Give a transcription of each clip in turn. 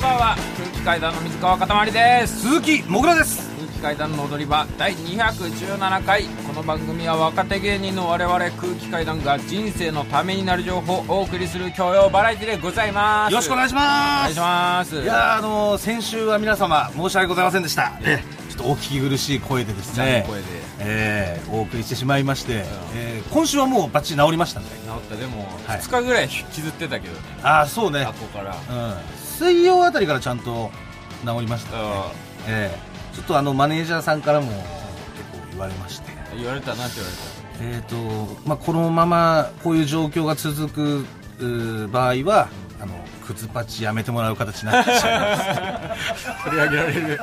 ばんは。空気階段の水川かたまりです。 鈴木もぐらです。 空気階段の踊り場第217回。この番組は若手芸人の我々空気階段が人生のためになる情報をお送りする教養バラエティでございます。 よろしくお願いします。 お願いします。 いや先週は皆様申し訳ございませんでした。ちょっとお聞き苦しい声でですね、 声で、 お送りしてしまいまして、今週はもうバッチリ治りましたね。 治った。でも、2日ぐらい引きずってたけどね。 ああそうね。 ここから、 水曜あたりからちゃんと治りましたね。ちょっとマネージャーさんからも結構言われまして。 言われた。なんて言われた？このままこういう状況が続く場合はクズパチやめてもらう形になってしまいます取り上げられる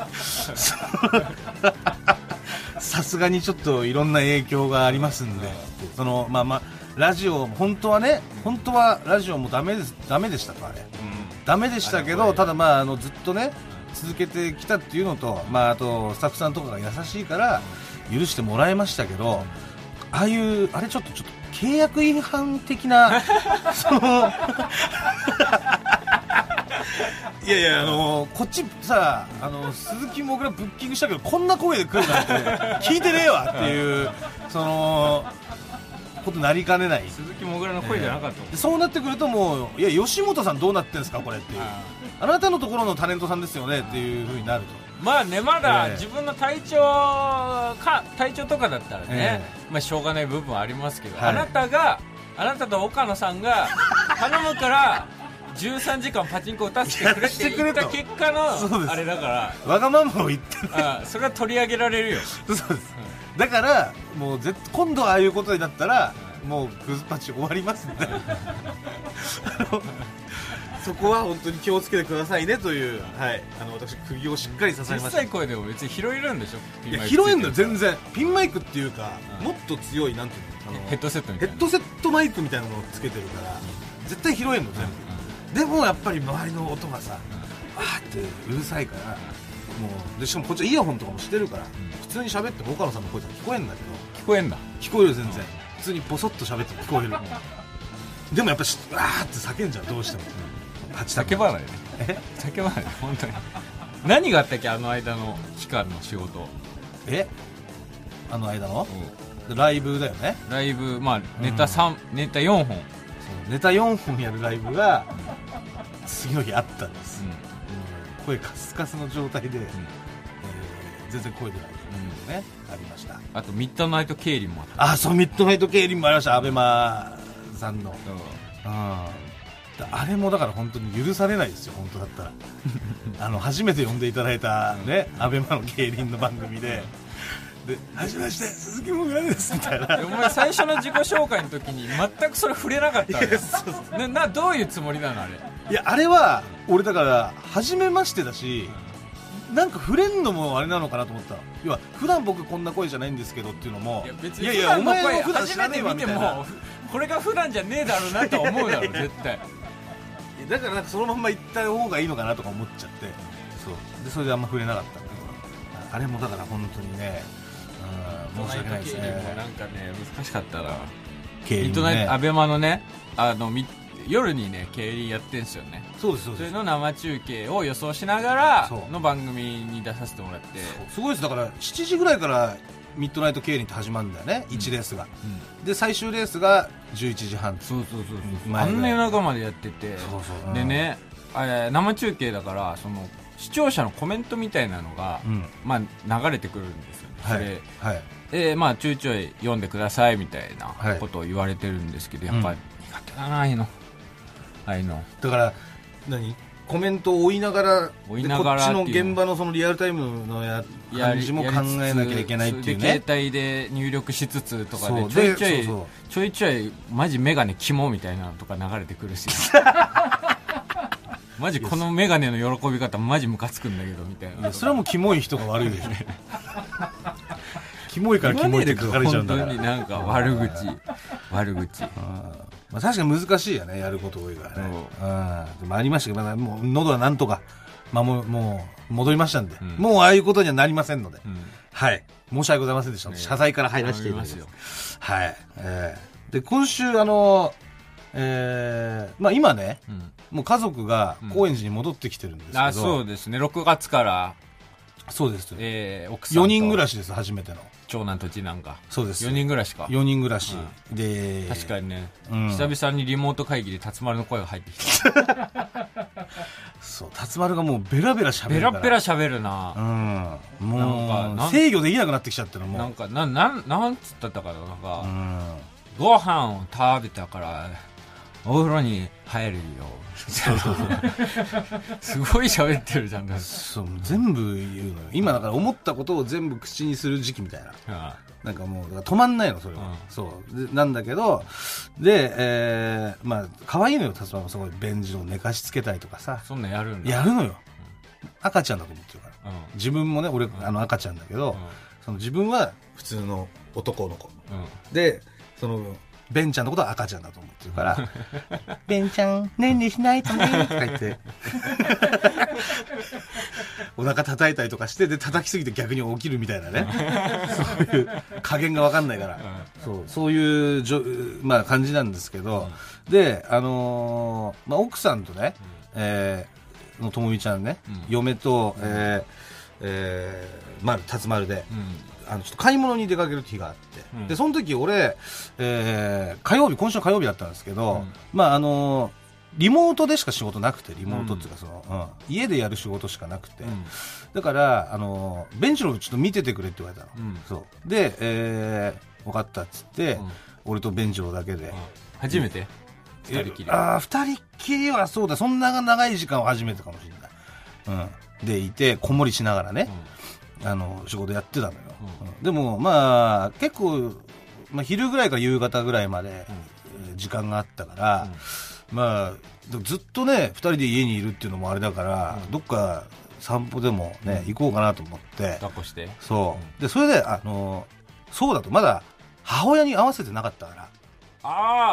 さすがにちょっといろんな影響がありますんで、ラジオ本当はラジオもダメでしたかあれ、ダメでしたけど、ただずっとね続けてきたっていうのと、あとスタッフさんとかが優しいから許してもらえましたけど、あれちょっと契約違反的ないやこっちさ鈴木もぐらブッキングしたけどこんな声で来るなんて聞いてねえわっていうことなりかねない。 鈴木もぐらの声じゃなかった、 そうなってくるともう吉本さんどうなってんですかこれっていう、あなたのところのタレントさんですよねっていう風になると、まだ自分の体調とかだったらね、しょうがない部分はありますけど、あなたと岡野さんが頼むから13時間パチンコ打たせてくれって言った結果のあれだから、 わがままを言ってそれは取り上げられるよ。 そうです、だからもう今度ああいうことになったらもうクズパチ終わりますんでそこは本当に気をつけてくださいねという、私釘をしっかり刺されました。 小さい声でも別に拾えるんでしょ。 いや拾えんのよ全然。ピンマイクっていうか、もっと強いなんていうの、 ヘッドセットみたいなヘッドセットマイクみたいなのをつけてるから、絶対拾えんの全部、でもやっぱり周りの音がさ、わーってうるさいから、もうでしかもこっちイヤホンとかもしてるから、普通に喋っても岡野さんの声とか聞こえんだけど、 聞こえんだ。 聞こえる全然、普通にボソッと喋っても聞こえるでもやっぱわーって叫んじゃう、どうしても。 叫ばないね。叫ばないね本当に。何があったっけあの間の期間の仕事。 あの間の、ライブだよね。 ライブ、ネタ4本、 ネタ4本やるライブが次の日あったんです、声カスカスの状態で、全然声出ないというね、ありました。 あとミッドナイト競輪もあった。 そう、ミッドナイト競輪もありました。アベマさんの、あれもだから本当に許されないですよ本当だったら初めて呼んでいただいたね、アベマの競輪の番組ではじめまして鈴木もぐらですみたいな。 お前最初の自己紹介の時に全くそれ触れなかったんどういうつもりなのあれ。 いやあれは俺だから初めましてだし、なんか触れんのもあれなのかなと思った。要は普段僕こんな声じゃないんですけどっていうのも、 いやお前の普段知らねえわみたいな、これが普段じゃねえだろうなと思うだろ絶対。 だからなんかそのまま行った方がいいのかなとか思っちゃって、それであんま触れなかったんだけど、あれもだから本当にね、申し訳ないですね。 なんかね難しかったな。 競輪ね、 ミッドナイトアベマのね夜にね競輪やってんすよね。 そうです。 それの生中継を予想しながらの番組に出させてもらって、 すごいです。だから7時ぐらいからミッドナイト競輪って始まるんだよね、1レースが、で最終レースが11時半。 そうあんな夜中までやってて、でね生中継だからその視聴者のコメントみたいなのが、流れてくるんですよね。それちょいちょい読んでくださいみたいなことを言われてるんですけど、やっぱり苦手だなああいうの。 だからコメントを追いながらこっちの現場のそのリアルタイムの感じも考えなきゃいけないっていうね。 携帯で入力しつつとかでちょいちょいマジメガネキモみたいなのとか流れてくるしマジこのメガネの喜び方マジムカつくんだけどみたいな。 それはもうキモい人が悪いでしょキモいからキモいって書かれちゃうんだから。 本当になんか悪口確かに難しいよね、やること多いからね。でもありましたけど、もう喉はなんとか、もう戻りましたんで、もうああいうことにはなりませんので、申し訳ございませんでした。謝罪から入らせていただきます。で今週まあ今ね、もう家族が高円寺に戻ってきてるんですけど、 そうですね、6月からそうです、 奥さんと 4人暮らしです、初めての長男と次男が。 そうです、 4人暮らしか。 4人暮らし、で確かにね、久々にリモート会議で辰丸の声が入ってきた。 そう、辰丸がもうベラベラ喋るから、 ベラベラ喋るな。 もう制御できなくなってきちゃってる。もうなんかなんつったかな、なんか、ご飯を食べたからお風呂に入るよ。すごい喋ってるじゃん。 そう、全部言うのよ。今だから思ったことを全部口にする時期みたいな。なんかもうだから止まんないの、それは。そうでなんだけど、で、まあ可愛いのよ、辰丸もすごい。便所を寝かしつけたりとかさ、 そんなんやるんだ。 やるのよ。赤ちゃんだと思ってるから、自分もね、俺赤ちゃんだけど、その自分は普通の男の子、でそのベンちゃんのことは赤ちゃんだと思ってるからベンちゃんねんねしないとねとか言ってお腹叩いたりとかして、で叩きすぎて逆に起きるみたいなねそういう加減が分かんないから、そういうまあ、感じなんですけど、でまあ、奥さんとね、のともみちゃんね、嫁と、辰丸で、ちょっと買い物に出かける日があって、でその時俺、今週の火曜日だったんですけど、まあリモートでしか仕事なくて、リモートっていうか家でやる仕事しかなくて、だからベンチのちょっと見ててくれって言われたの、そうで、分かったっつって、俺とベンチのだけで、 初めて2人きり。 2人きりはそうだ、そんな長い時間は初めてかもしれない、でいて、こんもりしながらね、仕事やってたのよ、でもまあ結構、まあ、昼ぐらいから夕方ぐらいまで、時間があったから、まあずっとね2人で家にいるっていうのもあれだから、どっか散歩でもね、行こうかなと思って、 抱っこして、 そうでそれでそうだと、まだ母親に会わせてなかったから、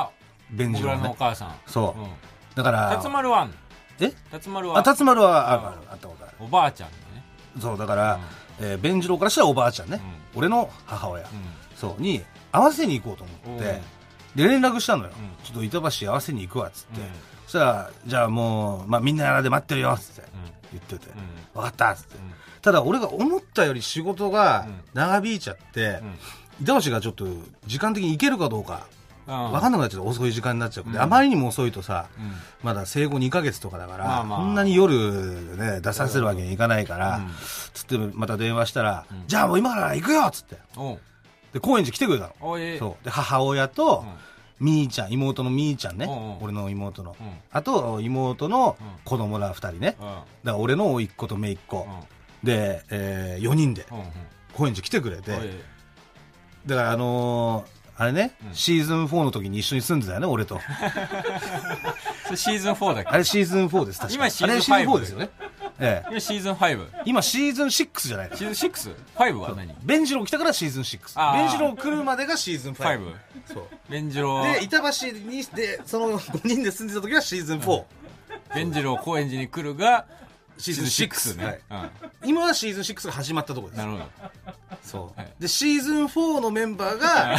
便所のね、 僕らのお母さん、 そうだから辰丸は辰丸はあったことある、 おばあちゃんのね、 そうだから、弁次郎からしたらおばあちゃんね、俺の母親、そうに合わせに行こうと思って、で連絡したのよ、ちょっと板橋合わせに行くわっつって、そしたらじゃあもう、まあ、みんなで待ってるよっつって言ってて、分かったっつって、ただ俺が思ったより仕事が長引いちゃって、板橋がちょっと時間的に行けるかどうか分かんなくなっちゃって、遅い時間になっちゃう、あまりにも遅いとさ、まだ生後2ヶ月とかだから、こんなに夜、ね、出させるわけにいかないから、つってまた電話したら、じゃあもう今から行くよっつって、で高円寺来てくれたの、そうで母親と、みーちゃん、妹のみーちゃんね、俺の妹の、あと妹の子供ら2人ね、だから俺の甥っ子と姪っ子、で、4人で高円寺来てくれて、だからあれね、シーズン4の時に一緒に住んでたよね、俺と。 シーズン4だっけ？ あれシーズン4です、確かに。 今シーズン5 ですよね。 今シーズン5。 今シーズン6じゃないの？ シーズン 6？5 は何？ ベンジロー来たからシーズン6。ベンジロー来るまでがシーズン5。 そう。ベンジロー。 で、板橋に、で、その5人で住んでた時はシーズン4。 ベンジロー高円寺に来るが、 シーズン6ね。今はシーズン6が始まったところです。 なるほど。 そうでシーズン4のメンバーが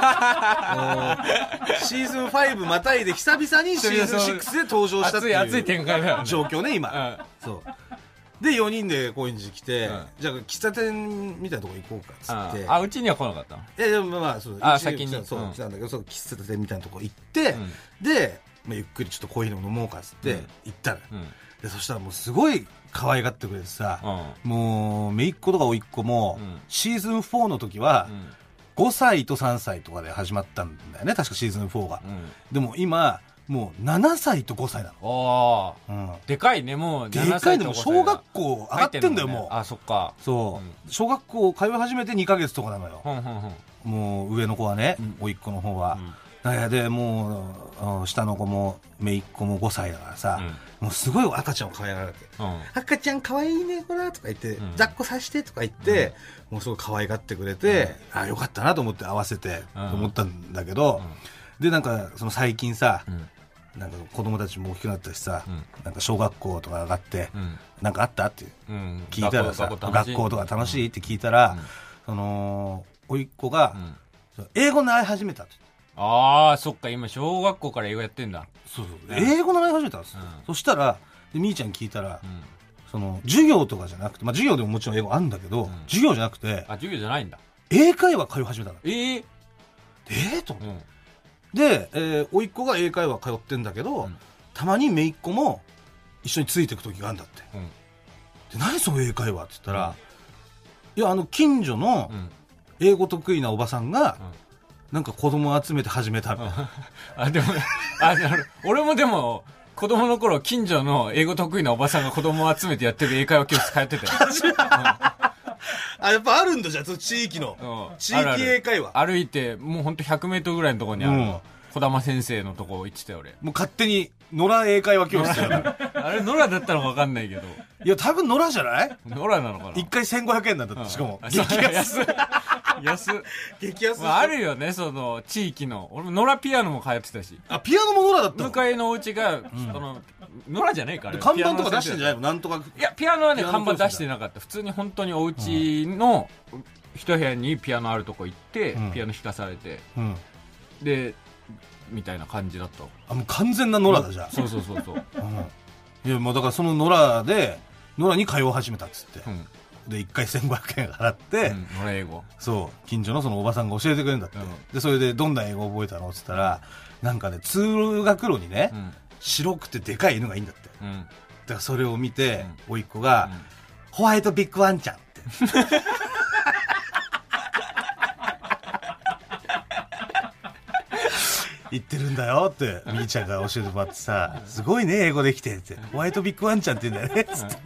シーズン5またいで久々にシーズン6で登場したっていう熱い展開だよね、 状況ね今、そうで4人で高円寺来て、じゃあ喫茶店みたいなとこ行こうかっつって、 うちには来なかったの？ いやでもまあそう先にそう来たんだけど、そう喫茶店みたいなとこ行って、で、まあ、ゆっくりちょっとコーヒーでも飲もうかっつって行ったら、でそしたらもうすごい可愛がってくれてさ、もう姪っ子とか甥っ子も、シーズン4の時は、5歳と3歳とかで始まったんだよね、確かシーズン4が、でも今もう7歳と5歳なの。でかいね、もうでかい。でも小学校上がってんだよ、もう。 そっか。 そう、小学校通い始めて2ヶ月とかなのよ、もう上の子はね、甥っ子の方は、でもう下の子も姪っ子も5歳だからさ、もうすごい赤ちゃんを可愛がられて、赤ちゃん可愛いねほらとか言って、抱っこさせてとか言って、もうすごい可愛がってくれて、よかったなと思って合わせてと思ったんだけど、でなんかその最近さ、なんか子供たちも大きくなったしさ、なんか小学校とか上がって、なんかあったって聞いたらさ、学校とか楽しいって聞いたら、その甥っ子が英語習い始めたと。 ああ、そっか、今小学校から英語やってんだ。 そうそう、英語習い始めたんですよ。そしたらみーちゃん聞いたら、その授業とかじゃなくて、まあ授業でももちろん英語あるんだけど、授業じゃなくて、 授業じゃないんだ。 英会話通い始めたの。と思って。で、甥っ子が英会話通ってんだけど、たまに姪っ子も一緒についてく時があるんだって。で、何その英会話って言ったら、いや、近所の英語得意なおばさんが、なんか子供を集めて始めたみたいな。 でも、俺もでも、子供の頃、近所の英語得意なおばさんが子供を集めてやってる英会話教室通ってたよ。 やっぱあるんだ、じゃあ、地域の。地域英会話。 歩いて、もうほんと100メートルぐらいのところにある、児玉先生のとこ行ってたよ、俺。 もう勝手に、野良英会話教室やあれ、野良だったのか分かんないけど。 いや、多分野良じゃない？ 野良なのかな？ 1 回1500円なんだって、しかも。 激安。 激安。 あるよね、その、地域の。俺も野良ピアノも通ってたし。 ピアノも野良だったの？ 向かいのお家が、野良じゃないから。 看板とか出してんじゃないの？なんとか。 いや、ピアノはね、看板出してなかった。普通に本当にお家の一部屋にピアノあるとこ行って、ピアノ弾かされて、で、みたいな感じだった。 もう完全な野良だ、じゃあ。 そう。 いや、もうだからその野良に通い始めたっつって。で、1回1500円払って、 野良英語。 そう、近所のそのおばさんが教えてくれるんだって。で、それでどんな英語覚えたのって言ったら、なんかね、通学路にね、白くてでかい犬がいいんだって。だからそれを見て、甥っ子が、ホワイトビッグワンちゃんって。言ってるんだよってみーちゃんが教えてもらってさ、すごいね英語できてって、ホワイトビッグワンちゃんって言うんだよねっつって、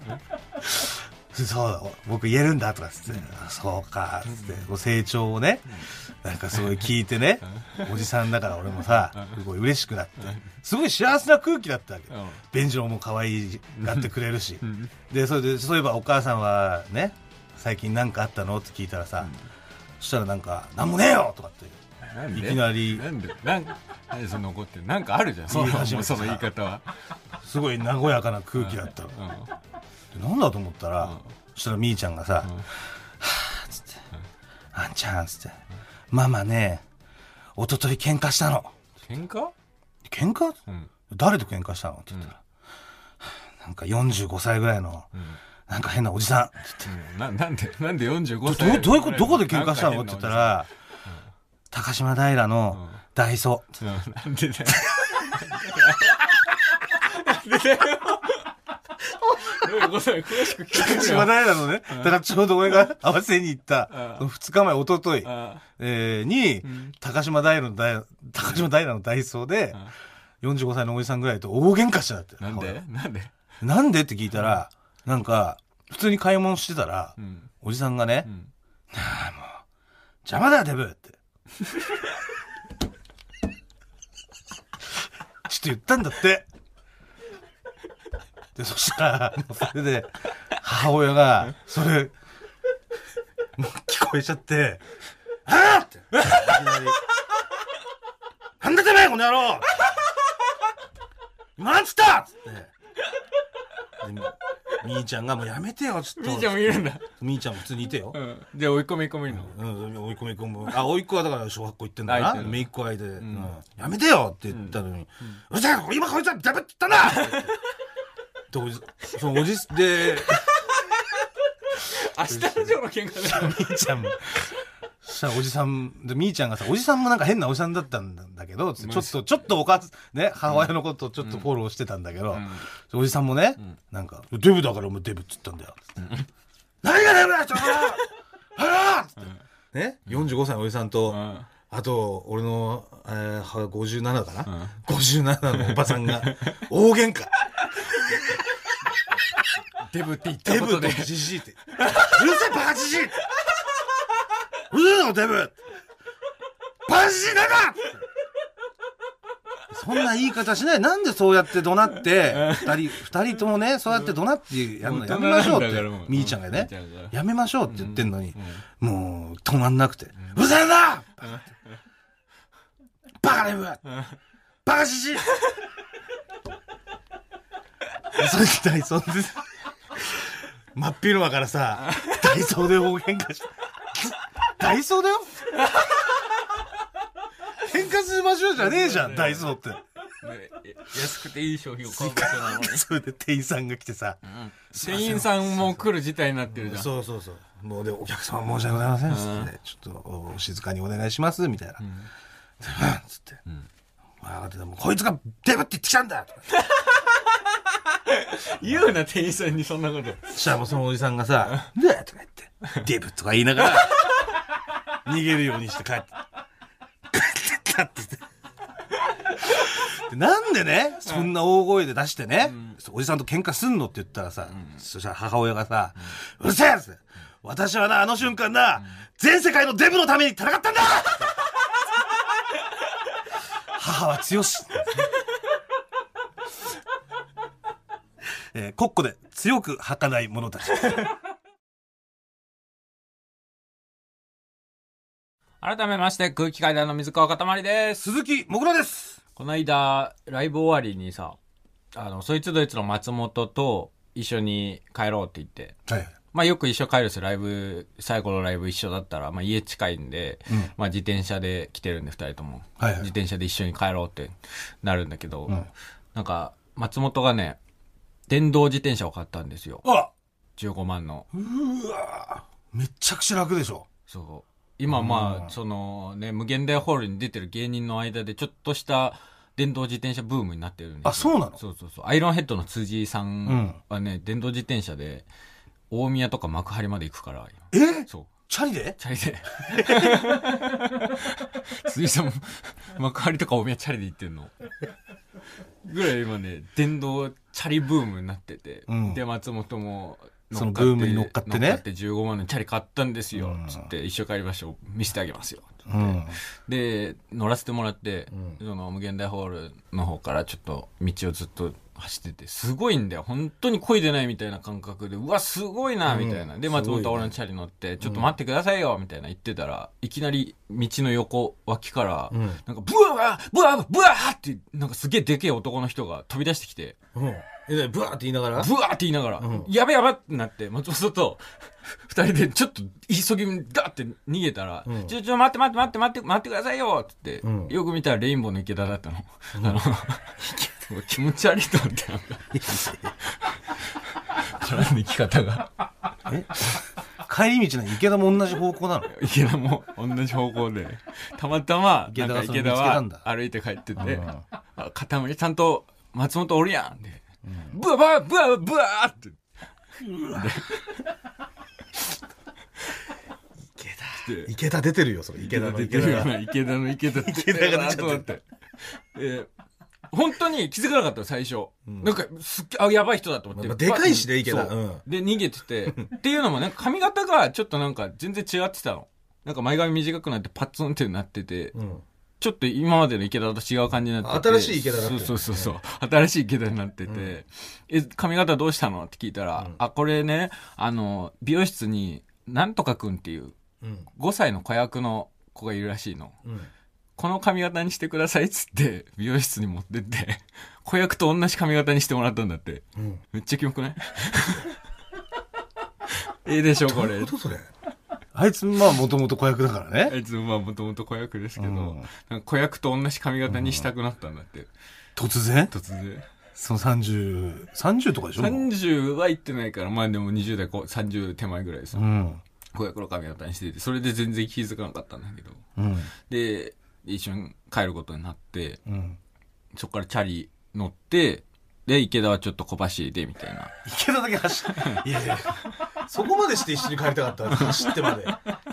そうだ僕言えるんだとかっつって、そうかっつって、成長をね、なんかすごい聞いてね、おじさんだから俺もさ、すごい嬉しくなって、すごい幸せな空気だったわけ。便所も可愛がってくれるし、でそれでそういえばお母さんはね、最近何かあったのって聞いたらさ、そしたらなんかなんもねえよとかっていきなり、 なんでそんな怒ってる？なんかあるじゃん、その言い方は。 すごい和やかな空気だったの。なんだと思ったら、そしたらみーちゃんがさ、はぁっつって、あんちゃんっつって、ママね、一昨日喧嘩したの。 喧嘩？ 誰と喧嘩したのって言ったら、なんか45歳ぐらいの、なんか変なおじさんって言って、なんで45歳？ どういうこと？どこで喧嘩したのって言ったら、高島平のダイソー。 なんでだよ。詳しく聞いてくれよ。 高島平のね、だからちょうど俺が合わせに行った2日前、一昨日に高島平のダイソーで45歳のおじさんぐらいと大喧嘩しちゃって。なんでって聞いたら、なんか普通に買い物してたらおじさんがね、なあもう邪魔だよデブってちょっと言ったんだって。でそしたらそれで母親がそれもう聞こえちゃって「ああ!」っていきなり「なんだてめえこの野郎今なんつった!」っつってでみーちゃんがもうやめてよちょっと。 みーちゃんもいるんだ。 みーちゃんも普通にいてよ。 じゃあ追い込みいるの？追い込み追いっ子はだから小学校行ってんだな。めいっ子がいて、やめてよって言ったのに、うるさい今こいつはダメって言ったんだそのおじで明日のジョーの喧嘩だよ。 みーちゃんもそしたらおじさんでみーちゃんがさ、おじさんもなんか変なおじさんだったんだけど、ちょっとおかずね、母親のことをちょっとフォローしてたんだけど、おじさんもね、なんかデブだからお前デブっつったんだよ。何がデブだちょっとね、45歳のおじさんと、あと俺の57かな、57のおばさんが大喧嘩。 デブって言ったことで。 デブとジジイって。うるせえバカジジイって。うるせえのデブバカジジイなんだそんな言い方しない。なんでそうやって怒鳴って、二人ともね、そうやって怒鳴ってやるのやめましょうって、みーちゃんがね、やめましょうって言ってんのに、もう止まんなくて、うるせえんだバカデブバカジジイそれでダイソーで真っ昼間からさ、ダイソーで大喧嘩してダイソーだよ喧嘩活場所じゃねえじゃん、ダイソーって。 安くていい商品を買う場所なのに。 それで店員さんが来てさ、 店員さんも来る事態になってるじゃん。 そうそうそう。もうで、お客様申し訳ございませんっつって、ちょっとお静かにお願いしますみたいな。つって。もうこいつがデブって言ってきたんだとか言うな、店員さんにそんなこと。 そしたらもうそのおじさんがさ、ねえとか言って、デブとか言いながら、逃げるようにして帰ってったって言って。なんでね、そんな大声で出してね、おじさんと喧嘩すんのって言ったらさ、そしたら母親がさ、うるせえっつって、私はな、あの瞬間な、全世界のデブのために戦ったんだ母は強し。コッコで強く吐かない者たち。 改めまして空気階段の水川かたまりです。 鈴木もぐらです。 この間ライブ終わりにさ、そいつどいつの松本と一緒に帰ろうって言って、はい、まあよく一緒帰るんですよ。ライブ最後のライブ一緒だったら、まあ家近いんで、まあ自転車で来てるんで2人とも、はいはい、自転車で一緒に帰ろうってなるんだけど、なんか松本がね電動自転車を買ったんですよ。15万の。 うわ、めちゃくちゃ楽でしょ。 そう。今まあそのね、無限大ホールに出てる芸人の間でちょっとした電動自転車ブームになってるんですよ。 あ、そうなの？ そうそうそう。アイロンヘッドの辻井さんはね、電動自転車で大宮とか幕張まで行くから。そう。 チャリで？ チャリで。辻井さんも幕張とか大宮チャリで行ってんの。ぐらい今ね、電動チャリブームになってて、で松本もそのブームに乗っかってね、 乗っかって15万のチャリ買ったんですよ、つって一緒帰りましょう、見せてあげますよ、で乗らせてもらって、その無限大ホールの方からちょっと道をずっと走ってて、すごいんだよ、本当に漕いでないみたいな感覚で、うわすごいなみたいな、で松本は俺のチャリ乗って、ちょっと待ってくださいよみたいな言ってたら、いきなり道の横脇から、なんかブワーブワーブワーってなんかすげえでけえ男の人が飛び出してきて、 ブワーって言いながらやべやべってなって松本と二人でちょっと急ぎガーって逃げたら、ちょ待ってくださいよって言って、よく見たらレインボーの池田だったの。気持ち悪いと思って、なんか体の生き方が帰り道の池田も同じ方向なの？ 池田も同じ方向で、たまたま池田は歩いて帰ってて、塊ちゃんと松本おるやんで、ブワーブワーブワーって池田出てるよ、それ。池田の池田がと思って、本当に気づかなかったよ最初、なんかやばい人だと思って、 でかいしね池田、 で逃げててっていうのもね、髪型がちょっとなんか全然違ってたの。なんか前髪短くなってパッツンってなってて、ちょっと今までの池田と違う感じになってて、 新しい池田だった、 そう新しい池田になってて、髪型どうしたのって聞いたら、これね、美容室になんとかくんっていう5歳の子役の子がいるらしいの、この髪型にしてくださいっつって美容室に持ってって子役と同じ髪型にしてもらったんだって、めっちゃキモくない？いいでしょこれ。 どういうことそれ？あいつまあもともと子役だからね。 あいつまあもともと子役ですけど、なんか子役と同じ髪型にしたくなったんだって、 突然その30とかでしょ。 30は言ってないから、まあでも20代30手前ぐらいですよ、子役の髪型にしてて、それで全然気づかなかったんだけど、で一緒に帰ることになって、そこからチャリ乗って、で池田はちょっと小走りでみたいな。 池田だけ走っていやそこまでして一緒に帰りたかった。走ってまで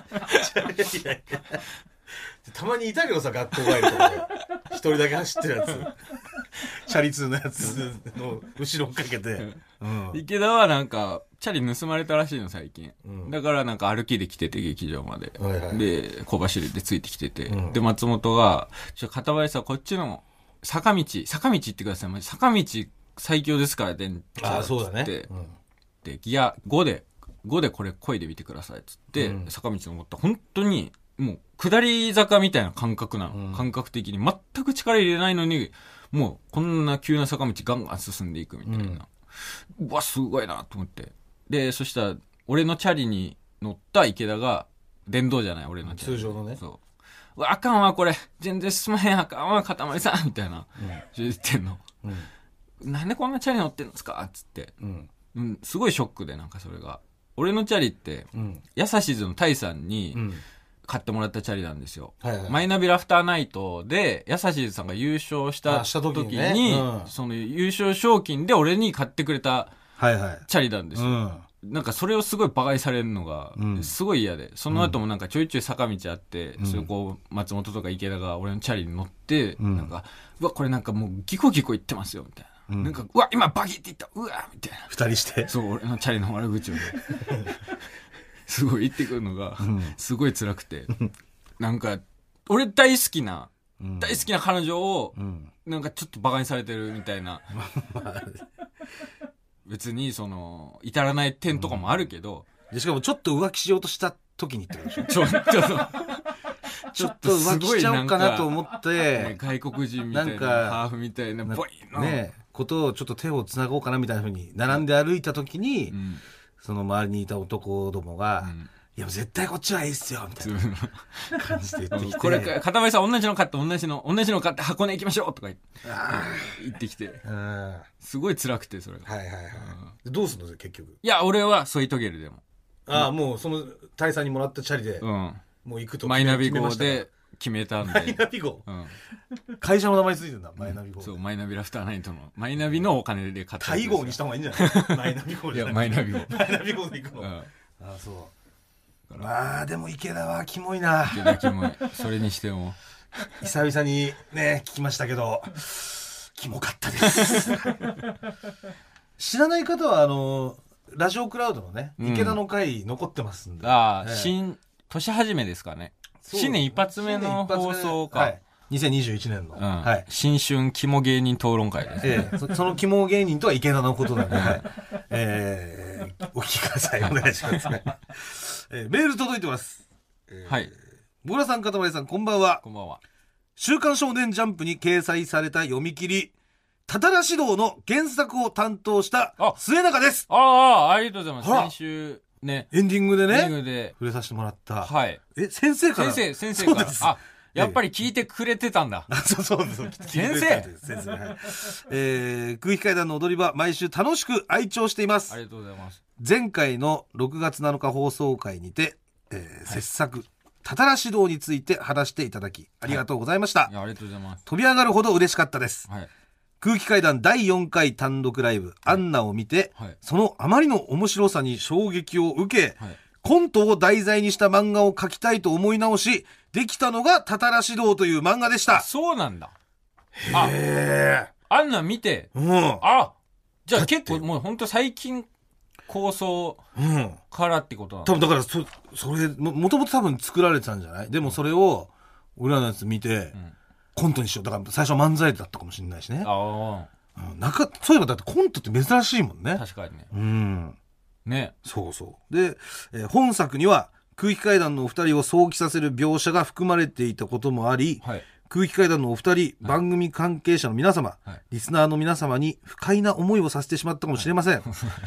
たまにいたけどさ、学校帰りとかで一人だけ走ってるやつチャリ通のやつの後ろ追っかけて、 池田はなんかチャリ盗まれたらしいの最近、だからなんか歩きで来てて劇場まで、で小走りでついてきてて、で松本が片林さんこっちの坂道行ってください、坂道最強ですからね。 そうだね。 でギア5でこれ漕いでみてくださいっつって、坂道登った本当にもう下り坂みたいな感覚なの、感覚的に全く力入れないのに、もうこんな急な坂道ガンガン進んでいくみたいな、うわすごいなと思って、でそしたら俺のチャリに乗った池田が電動じゃない俺のチャリ、 通常のね、 そうあかんわこれ全然進まへん、あかんわかたまりさんみたいな、言ってんの、なんでこんなチャリ乗ってんですかっつって、すごいショックで、なんかそれが俺のチャリって、やさしずのタイさんに買ってもらったチャリなんですよ、マイナビラフターナイトでやさしずさんが優勝した時に、その優勝賞金で俺に買ってくれたチャリなんですよ、なんかそれをすごい馬鹿にされるのがすごい嫌で、その後もなんかちょいちょい坂道あって、それこう松本とか池田が俺のチャリに乗って、なんかうわこれなんかもうギコギコ言ってますよみたいな、なんかうわ今バキって言った、うわみたいな、 二人してそう俺のチャリの悪口をすごい言ってくるのがすごい辛くて、なんか俺大好きな彼女をなんかちょっと馬鹿にされてるみたいな別にその至らない点とかもあるけど、 でしかもちょっと浮気しようとした時にってことでしょちょっと浮気しちゃおうかなと思って、 外国人みたいなハーフみたいなボイのねことをちょっと手をつなごうかなみたいな風に並んで歩いた時に、その周りにいた男どもが、いや絶対こっちはいいっすよみたいな感じで言ってきて、 これ片林さん同じの買って箱根行きましょうとか言ってきて、すごい辛くてそれが、 どうすんの結局。 いや俺は添い遂げるでも、 もうその大佐にもらったチャリで、もう行くとマイナビ号で決めたんで。 マイナビ号、会社の名前ついてるんだ、マイナビ号。 そう、マイナビラフターナイトのマイナビのお金で買った。 タイ号にした方がいいんじゃないマイナビ号じゃなくて。 いやマイナビ号マイナビ号で行くの、そうまあでも池田はキモいな。 池田キモい。それにしても久々にね聞きましたけどキモかったです知らない方はラジオクラウドのね、池田の回残ってますんで、 新年始めですかね。新年一発目の放送か、 2021年の、 新春肝芸人討論会です、 その肝芸人とは池田のことなんで、お聞きください。お願いしますメール届いてます。もぐらさん、かたまりさん、こんばんは。 こんばんは。 週刊少年ジャンプに掲載された読み切りたたら指導の原作を担当した末永です。 ありがとうございます。先週ね、 エンディングでね触れさせてもらった、先生から先生からやっぱり聞いてくれてたんだ。 そう先生、 空気階段の踊り場、毎週楽しく拝聴しています。 ありがとうございます。 前回の6月7日放送回にて、傑作たたら指導について話していただきありがとうございました。 ありがとうございます。 飛び上がるほど嬉しかったです。空気階段第4回単独ライブ、アンナを見て、そのあまりの面白さに衝撃を受け、コントを題材にした漫画を描きたいと思い直し、できたのがたたら指導という漫画でした。 そうなんだ。 へー。 アンナ見て、じゃあ結構もう本当最近構想からってことなの。 多分だからそれもともと多分作られてたんじゃない。でもそれを俺らのやつ見て、コントにしよう。だから最初は漫才だったかもしれないしね。そういえばだってコントって珍しいもんね。 確かにね。 そうで、本作には空気階段のお二人を想起させる描写が含まれていたこともあり、空気階段のお二人、番組関係者の皆様、リスナーの皆様に不快な思いをさせてしまったかもしれません。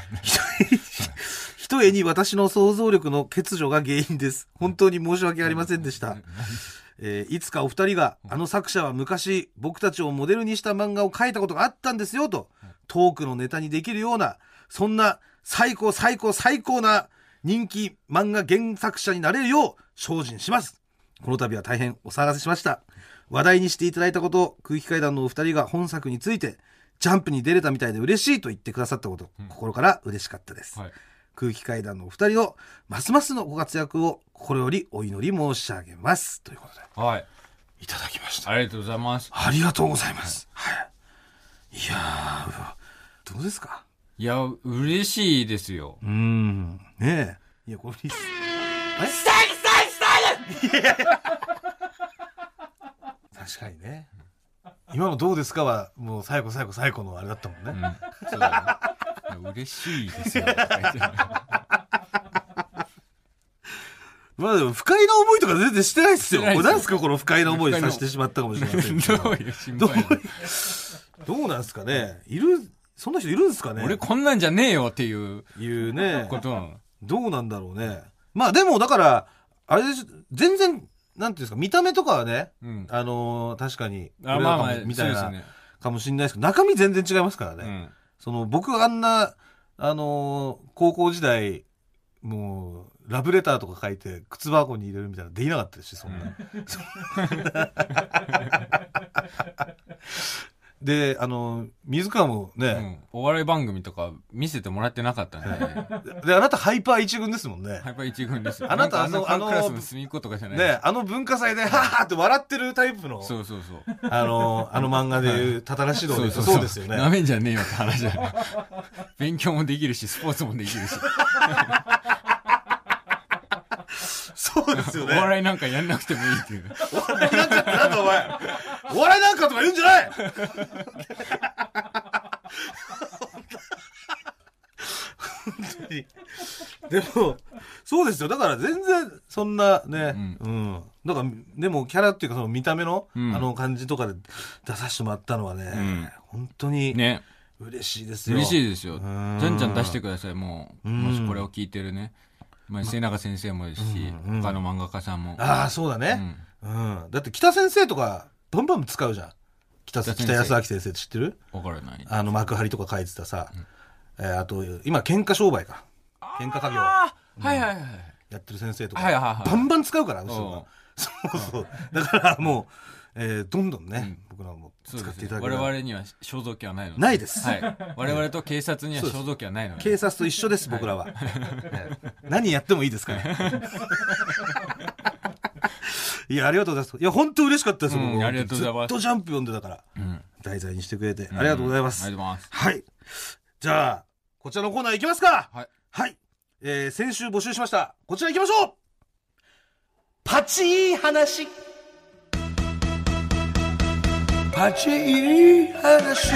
ひとえに私の想像力の欠如が原因です。本当に申し訳ありませんでした。いつかお二人があの作者は昔僕たちをモデルにした漫画を描いたことがあったんですよとトークのネタにできるような、そんな最高な人気漫画原作者になれるよう精進します。この度は大変お騒がせしました。話題にしていただいたこと、空気階段のお二人が本作についてジャンプに出れたみたいで嬉しいと言ってくださったこと、心から嬉しかったです。空気階段のお二人のますますのご活躍を心よりお祈り申し上げますということで、いただきました。 ありがとうございます。 ありがとうございます。いやー、どうですか。 いや嬉しいですよ。 ねえ、いやこれ確かにね。今のどうですかはもう最後のあれだったもんね。 そうだね。嬉しいですよ。 まあでも不快な思いとか全然してないですよ。これ何ですか、この不快な思いさせてしまったかもしれません。 どういう心配。 どうなんですかね。そんな人いるんですかね。 俺こんなんじゃねえよっていうねことなの。 どうなんだろうね。まあでもだからあれです、全然なんていうんですか、見た目とかはね、 うん、 確かに、 まあまあ、 みたいな、かもしれないですけど、中身全然違いますからね。僕あんな、高校時代、もう、ラブレターとか書いて、靴箱に入れるみたいなのできなかったですし、そんな。で、水川もね、 お笑い番組とか見せてもらってなかったんで。 で、あなたハイパー一軍ですもんね。 ハイパー一軍ですよ。 あなたクラスの隅っことかじゃないね、文化祭で、はぁーって笑ってるタイプの。 そうそうそう。 漫画でいう、たたら指導でそうですよね。 なめんじゃねえよって話じゃない。勉強もできるし、スポーツもできるし。 そうですよね。 お笑いなんかやんなくてもいいっていう。 お笑いなんかってなんだお前。お笑いなんかとか言うんじゃない本当に。でも、そうですよ。だから全然、そんなね、だから、でもキャラっていうかその見た目の、感じとかで出させてもらったのはね、本当に、ね。嬉しいですよ。 嬉しいですよ。じゃんじゃん出してください、もう。もしこれを聞いてるね。末永先生もですし、他の漫画家さんも。 ああ、そうだね。だって北先生とか、バンバン使うじゃん。北安明先生って知ってる？ わからない。 幕張とか書いてたさ。あと、今、喧嘩商売か。喧嘩家業。 はいはいはい。 やってる先生とか。バンバン使うから、そうそう。だからもう、どんどんね、僕らも使っていただければ。 我々には肖像権はないので。 ないです。 はい。我々と警察には肖像権はないので。 警察と一緒です、僕らは。何やってもいいですから。いや、ありがとうございます。いや、本当嬉しかったですもん。 ありがとうございます。 ずっとジャンプ読んでたから。題材にしてくれて。ありがとうございます。 ありがとうございます。 はい。じゃあ、こちらのコーナー行きますか。 はい。 はい。先週募集しました。こちら行きましょう。パチい話。パチい話。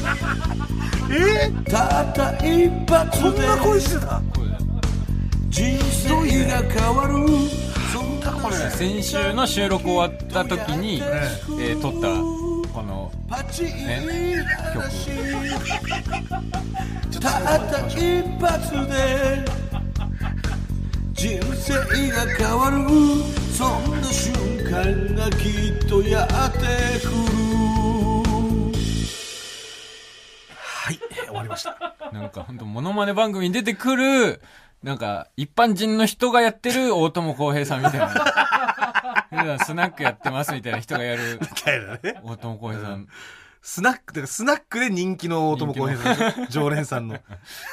たった一発で。こんな声してた。人生が変わる。 これ先週の収録終わった時に、撮ったこの、ね、曲。 たった一発で人生が変わる、そんな瞬間がきっとやってくる。はい、終わりました。 なんか本当モノマネ番組に出てくるなんか一般人の人がやってる大友康平さんみたいな普段スナックやってますみたいな人がやる大友康平さん、 スナックで人気の大友康平さん、常連さんの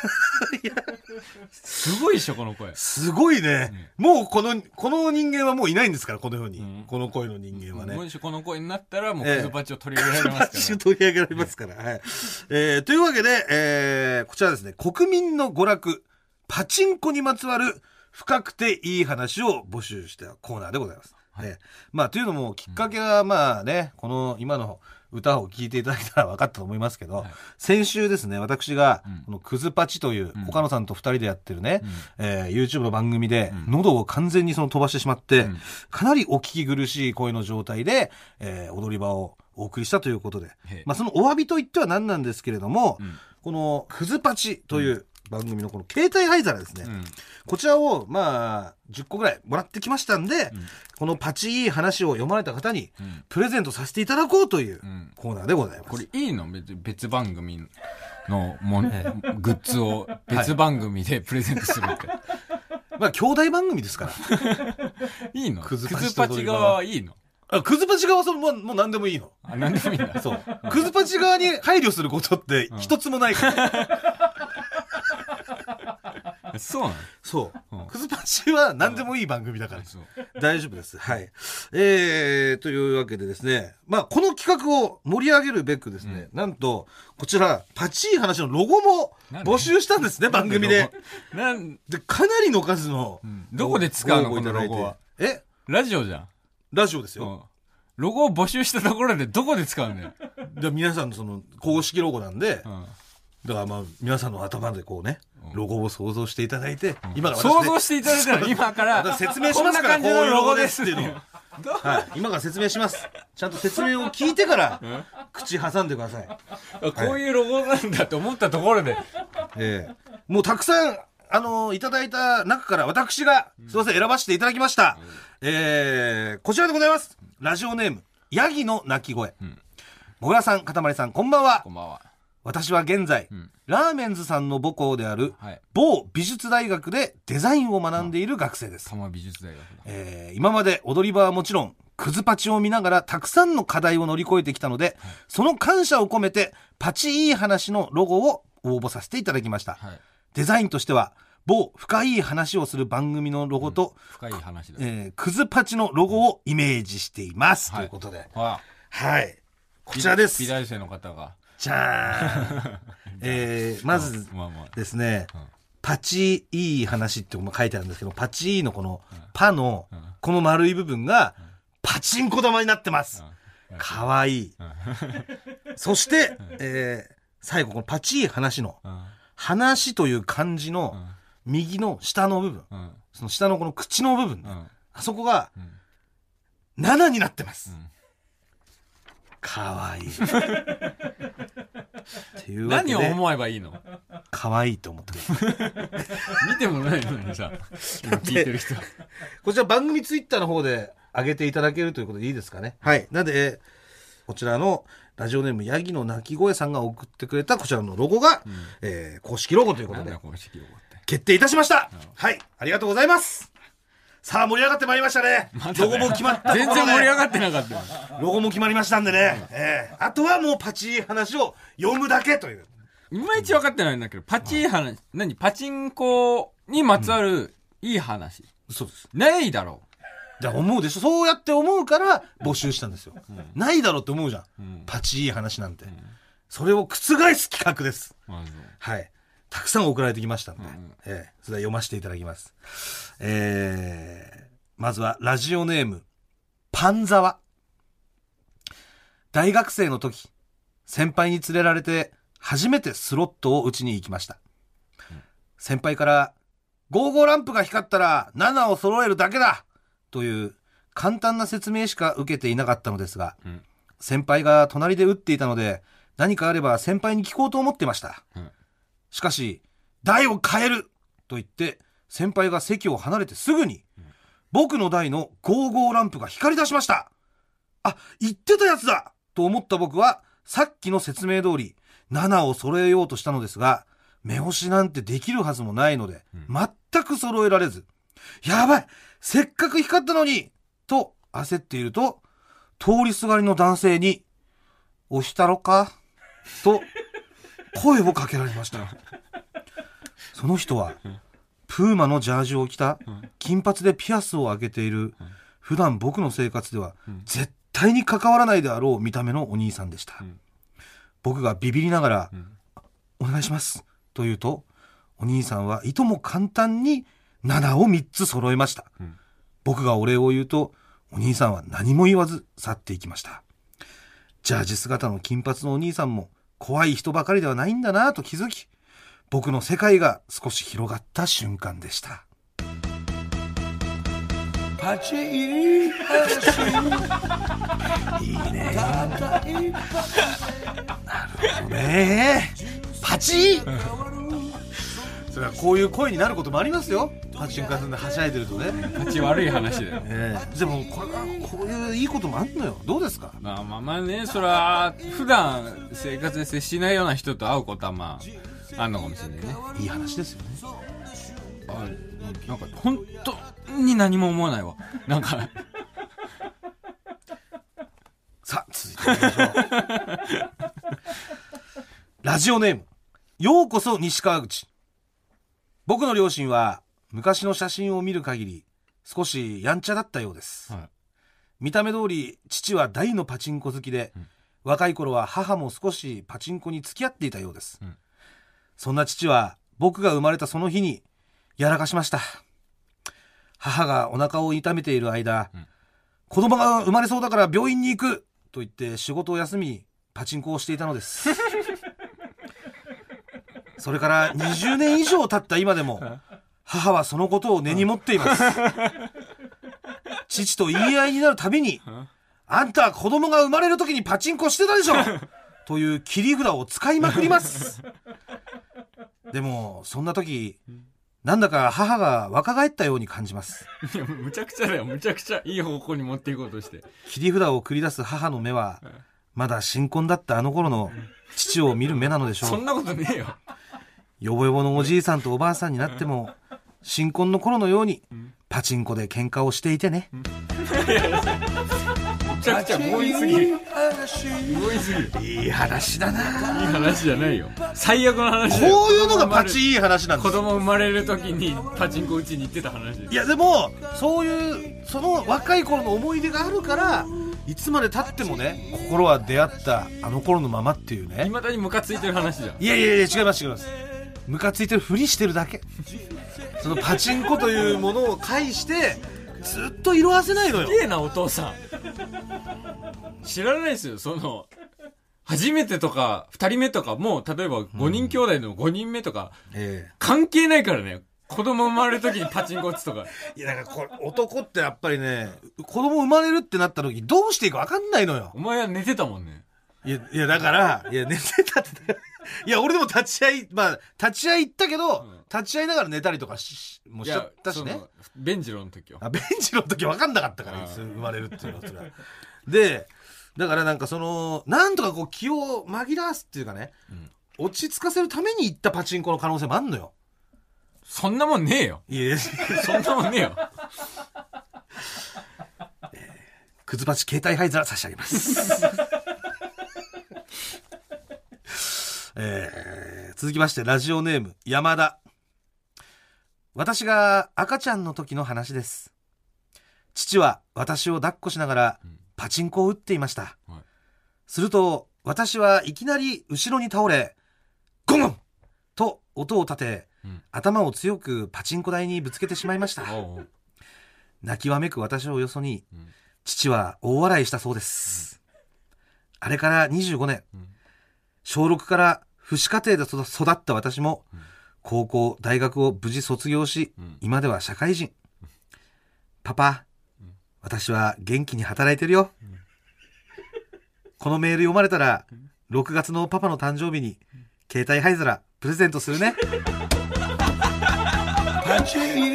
すごいでしょこの声。 すごいね、もうこの人間はもういないんですから、この世に、この声の人間はね。 もしこの声になったらもうクズパチを取り上げられますから、 取り上げられますから、はい。というわけで、こちらですね、国民の娯楽パチンコにまつわる深くていい話を募集したコーナーでございます。はい。まあというのもきっかけはまあね、この今の歌を聴いていただけたら分かったと思いますけど、先週ですね、私がこのクズパチという岡野さんと2人でやってるね、YouTube の番組で喉を完全に飛ばしてしまって、かなりお聞き苦しい声の状態で、踊り場をお送りしたということで、まあそのお詫びと言っては何なんですけれども、このクズパチという番組のこの携帯灰皿ですね、こちらをまあ10個ぐらいもらってきましたんで、このパチいい話を読まれた方にプレゼントさせていただこうというコーナーでございます。 これいいの？別番組のグッズを別番組でプレゼントするって、 まあ兄弟番組ですからいいの？クズパチ側はいいの？ クズパチ側はもう何でもいいの。 何でもいいんだ。 そう。クズパチ側に配慮することって一つもないから。 そうなの？ そう。クズパチは何でもいい番組だから。大丈夫です。はい。というわけでですね、まあこの企画を盛り上げるべくですね、なんとこちらパチい話のロゴも募集したんですね、番組で。でかなりの数のどこで使うのこのロゴは？ラジオじゃん。 ラジオですよ。 ロゴを募集したところでどこで使うんだよ。 で皆さんの公式ロゴなんで、だからまあ皆さんの頭でこうね、ロゴを想像していただいて、 今から想像していただいたら今から説明しますから、こういうロゴですっていうのを、はい、今から説明します。ちゃんと説明を聞いてから口挟んでください。 こういうロゴなんだと思ったところで、 もうたくさんいただいた中から私が、すいません、選ばせていただきました。こちらでございます。ラジオネーム、ヤギの鳴き声。もぐらさん、かたまりさん、こんばんは。 こんばんは。 私は現在、ラーメンズさんの母校である、某美術大学でデザインを学んでいる学生です。 多摩美術大学だ。 今まで踊り場はもちろん、クズパチを見ながらたくさんの課題を乗り越えてきたので、その感謝を込めて、パチいい話のロゴを応募させていただきました。デザインとしては、某深い話をする番組のロゴと、 深い話だ。 クズパチのロゴをイメージしています。ということで。はい。こちらです。 美大生の方が。 じゃーん。まずですね、パチいい話って書いてあるんですけど、パチいいのこのパのこの丸い部分がパチンコ玉になってます。かわいい。そして、最後このパチいい話の話という漢字の右の下の部分、その下のこの口の部分、あそこが7になってます。かわいい。っていうわけで何を思えばいいの？ かわいいと思って見てもないのにさ、聞いてる人は。 こちら番組ツイッターの方で上げていただけるということでいいですかね。はい。なんで、こちらのラジオネームヤギの鳴き声さんが送ってくれたこちらのロゴが、公式ロゴということで決定いたしました。はい。ありがとうございます。さあ盛り上がってまいりましたね。ロゴも決まったところで全然盛り上がってなかったよ。 ロゴも決まりましたんでね、あとはもうパチい話を読むだけという。 いまいち分かってないんだけど、パチい話、何？パチンコにまつわるいい話。 そうです。 ないだろう。じゃあ思うでしょ。そうやって思うから募集したんですよ。ないだろうって思うじゃん。パチい話なんて。それを覆す企画です。はい。たくさん送られてきましたんで、それでは読ませていただきます。まずはラジオネームパンザワ。大学生の時、先輩に連れられて初めてスロットを打ちに行きました。先輩から55ランプが光ったら7を揃えるだけだという簡単な説明しか受けていなかったのですが、先輩が隣で打っていたので何かあれば先輩に聞こうと思ってました。しかし台を変えると言って先輩が席を離れてすぐに僕の台の55ランプが光り出しました。あ、言ってたやつだと思った僕はさっきの説明通り7を揃えようとしたのですが、目押しなんてできるはずもないので全く揃えられず、やばい、せっかく光ったのにと焦っていると、通りすがりの男性に押したろかと声をかけられました。その人はプーマのジャージを着た金髪でピアスを開けている、普段僕の生活では絶対に関わらないであろう見た目のお兄さんでした。僕がビビりながら、お願いしますと言うと、お兄さんはいとも簡単に7を3つ揃えました。僕がお礼を言うと、お兄さんは何も言わず去っていきました。ジャージ姿の金髪のお兄さんも怖い人ばかりではないんだなと気づき、僕の世界が少し広がった瞬間でした。パチい話いいね。なるほどね。パチそれはこういう声になることもありますよ。パチンコ屋さんではしゃいでるとね。 パチ悪い話だよ。 でもこういういいこともあるのよ。どうですか？ まあね、それは普段生活で接しないような人と会うことはまああんのかもしれないね。 いい話ですよね。 なんか本当に何も思わないわ。なんかさあ続いていきましょう。ラジオネームようこそ西川口。僕の両親は昔の写真を見る限り少しやんちゃだったようです、見た目通り父は大のパチンコ好きで、若い頃は母も少しパチンコに付き合っていたようです、そんな父は僕が生まれたその日にやらかしました。母がお腹を痛めている間、子供が生まれそうだから病院に行くと言って仕事を休みパチンコをしていたのですそれから20年以上経った今でも母はそのことを根に持っています、父と言い合いになるたびに、あんた子供が生まれる時にパチンコしてたでしょという切り札を使いまくりますでもそんな時なんだか母が若返ったように感じます。 いや、むちゃくちゃだよ。むちゃくちゃいい方向に持っていこうとして。 切り札を繰り出す母の目は、まだ新婚だったあの頃の父を見る目なのでしょう。 そんなことねえよ。 よぼよぼのおじいさんとおばあさんになっても、新婚の頃のようにパチンコで喧嘩をしていてね。 むちゃくちゃ強引すぎる。強引すぎる。 いい話だな。 いい話じゃないよ。最悪の話だよ。 こういうのがパチいい話なんです。 子供生まれる時にパチンコ打ちに行ってた話です。 いやでもそういうその若い頃の思い出があるから、いつまで経ってもね、心は出会ったあの頃のままっていうね。 未だにムカついてる話じゃん。 いや違います。ムカついてるふりしてるだけ。そのパチンコというものを介してずっと色あせないのよ。 すげえなお父さん。知らないですよ。その初めてとか2人目とかもう例えば5人兄弟の5人目とか、関係ないからね。子供生まれる時にパチンコ打つとか。 いやだからこれ男ってやっぱりね、子供生まれるってなった時どうしていいか分かんないのよ。 お前は寝てたもんね。 いやだから寝てたっていや俺でも立ち会い行ったけど、立ち会いながら寝たりとかもしちゃったしね。 弁次郎の時は。 弁次郎の時分かんなかったから、いつ生まれるっていうのはそれは。でだからなんかそのなんとかこう気を紛らわすっていうかね、落ち着かせるために行ったパチンコの可能性もあんのよ。 そんなもんねえよ。 いやそんなもんねえよ。 くず鉢携帯灰皿差し上げます。続きましてラジオネーム山田。私が赤ちゃんの時の話です。父は私を抱っこしながらパチンコを打っていました、すると私はいきなり後ろに倒れゴンと音を立て、頭を強くパチンコ台にぶつけてしまいました。泣きわめく私をよそに、父は大笑いしたそうです、あれから25年、小6から父子家庭で育った私も、高校大学を無事卒業し、今では社会人。パパ、私は元気に働いてるよ、このメール読まれたら6月のパパの誕生日に携帯灰皿プレゼントするね。パチー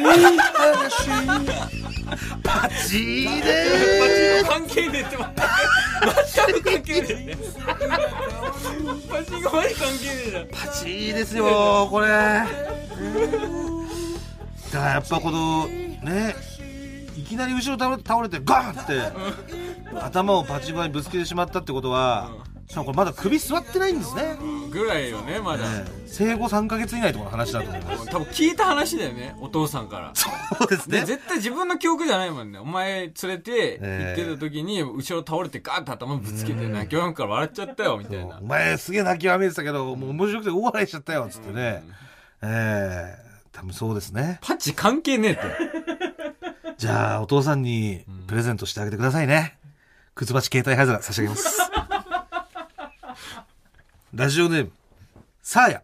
パチーでー関係ねえって全く関係ねえ。パチンコまで関係ねえじゃん。 パチーですよこれ。だからやっぱこのね、いきなり後ろ倒れてガーンって頭をパチンコにぶつけてしまったってことは、しかもこれまだ首座ってないんですね。 ぐらいよねまだ、 生後3ヶ月以内とかの話だと思います。 多分聞いた話だよねお父さんから。 そうですね。 絶対自分の記憶じゃないもんね。お前連れて行ってた時に後ろ倒れてガーッと頭ぶつけて泣きわめくから笑っちゃったよみたいな。 お前すげえ泣きわめてたけどもう面白くて大笑いしちゃったよっつってね、多分そうですね。 パチ関係ねえって。 じゃあお父さんにプレゼントしてあげてくださいね。くずばち携帯灰皿差し上げます。ラジオネームサーヤ。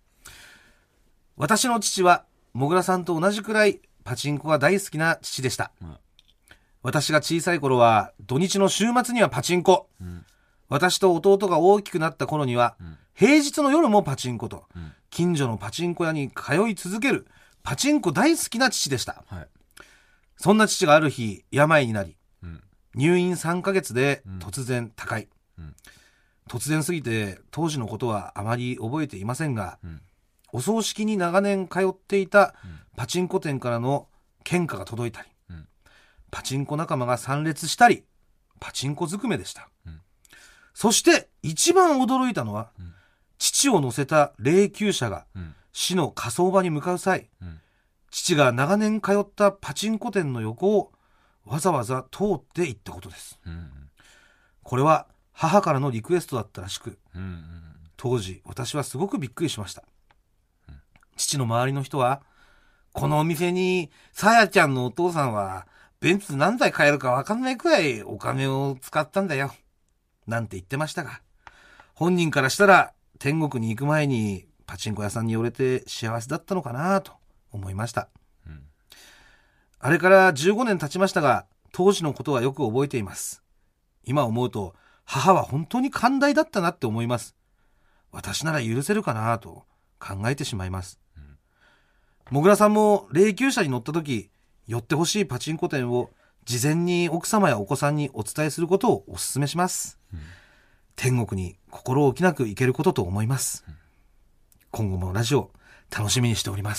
私の父はもぐらさんと同じくらいパチンコが大好きな父でした、私が小さい頃は土日の週末にはパチンコ、私と弟が大きくなった頃には、平日の夜もパチンコと、近所のパチンコ屋に通い続けるパチンコ大好きな父でした、そんな父がある日病になり、入院3ヶ月で突然他界、突然すぎて当時のことはあまり覚えていませんが、お葬式に長年通っていたパチンコ店からの献花が届いたり、パチンコ仲間が参列したり、パチンコずくめでした、そして一番驚いたのは、父を乗せた霊柩車が死の火葬場に向かう際、父が長年通ったパチンコ店の横をわざわざ通っていったことです、これは母からのリクエストだったらしく、当時私はすごくびっくりしました、父の周りの人は、このお店にさやちゃんのお父さんはベンツ何台買えるか分かんないくらいお金を使ったんだよなんて言ってましたが、本人からしたら天国に行く前にパチンコ屋さんに寄れて幸せだったのかなと思いました、あれから15年経ちましたが、当時のことはよく覚えています。今思うと母は本当に寛大だったなって思います。私なら許せるかなと考えてしまいます、 もぐらさんも霊柩車に乗った時、寄ってほしいパチンコ店を事前に奥様やお子さんにお伝えすることをお勧めします。天国に心置きなく行けることと思います。今後もラジオ楽しみにしております。